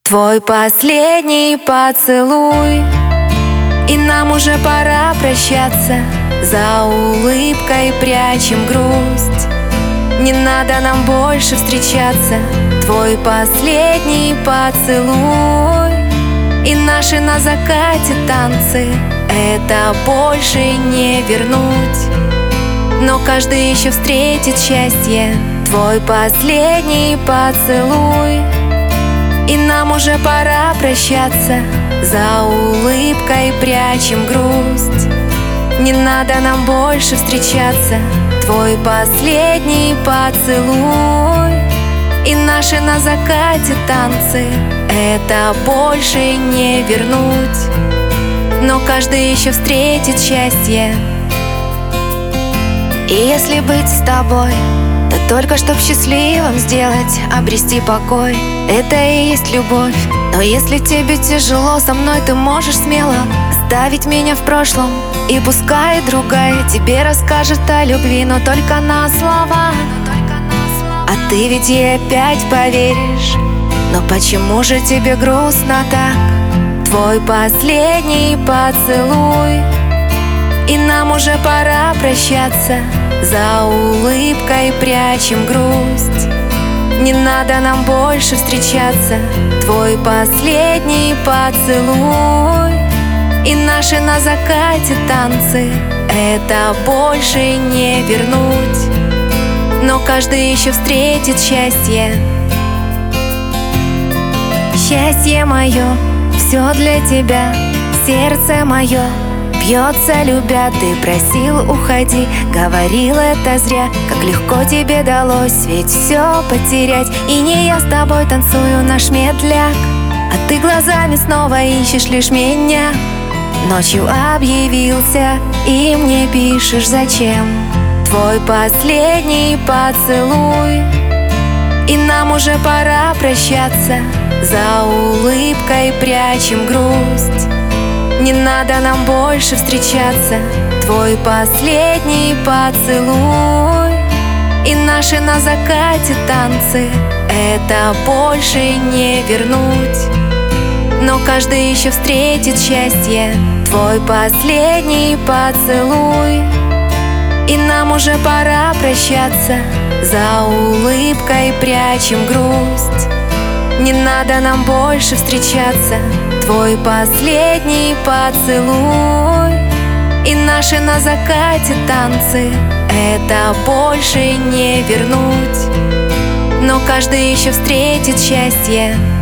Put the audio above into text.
Твой последний поцелуй, и нам уже пора прощаться. За улыбкой прячем грусть, не надо нам больше встречаться. Твой последний поцелуй, и наши на закате танцы, это больше не вернуть. Но каждый еще встретит счастье. Твой последний поцелуй, и нам уже пора прощаться. За улыбкой прячем грусть, не надо нам больше встречаться. Твой последний поцелуй, и наши на закате танцы, это больше не вернуть. Но каждый еще встретит счастье. И если быть с тобой, то только чтоб счастливым сделать, обрести покой. Это и есть любовь. Но если тебе тяжело со мной, ты можешь смело оставить меня в прошлом. И пускай другая тебе расскажет о любви, но только на слова. А ты ведь ей опять поверишь. Но почему же тебе грустно так? Твой последний поцелуй, и нам уже пора прощаться. За улыбкой прячем грусть, не надо нам больше встречаться. Твой последний поцелуй, и наши на закате танцы, это больше не вернуть. Но каждый еще встретит счастье. Счастье мое, все для тебя, сердце мое бьется, любя. Ты просил, уходи, говорил это зря. Как легко тебе далось ведь все потерять. И не я с тобой танцую наш медляк, а ты глазами снова ищешь лишь меня. Ночью объявился и мне пишешь зачем. Твой последний поцелуй, и нам уже пора прощаться. За улыбкой прячем грусть, не надо нам больше встречаться. Твой последний поцелуй, и наши на закате танцы, это больше не вернуть. Но каждый еще встретит счастье. Твой последний поцелуй, и нам уже пора прощаться. За улыбкой прячем грусть, не надо нам больше встречаться. Твой последний поцелуй, и наши на закате танцы, это больше не вернуть. Но каждый еще встретит счастье.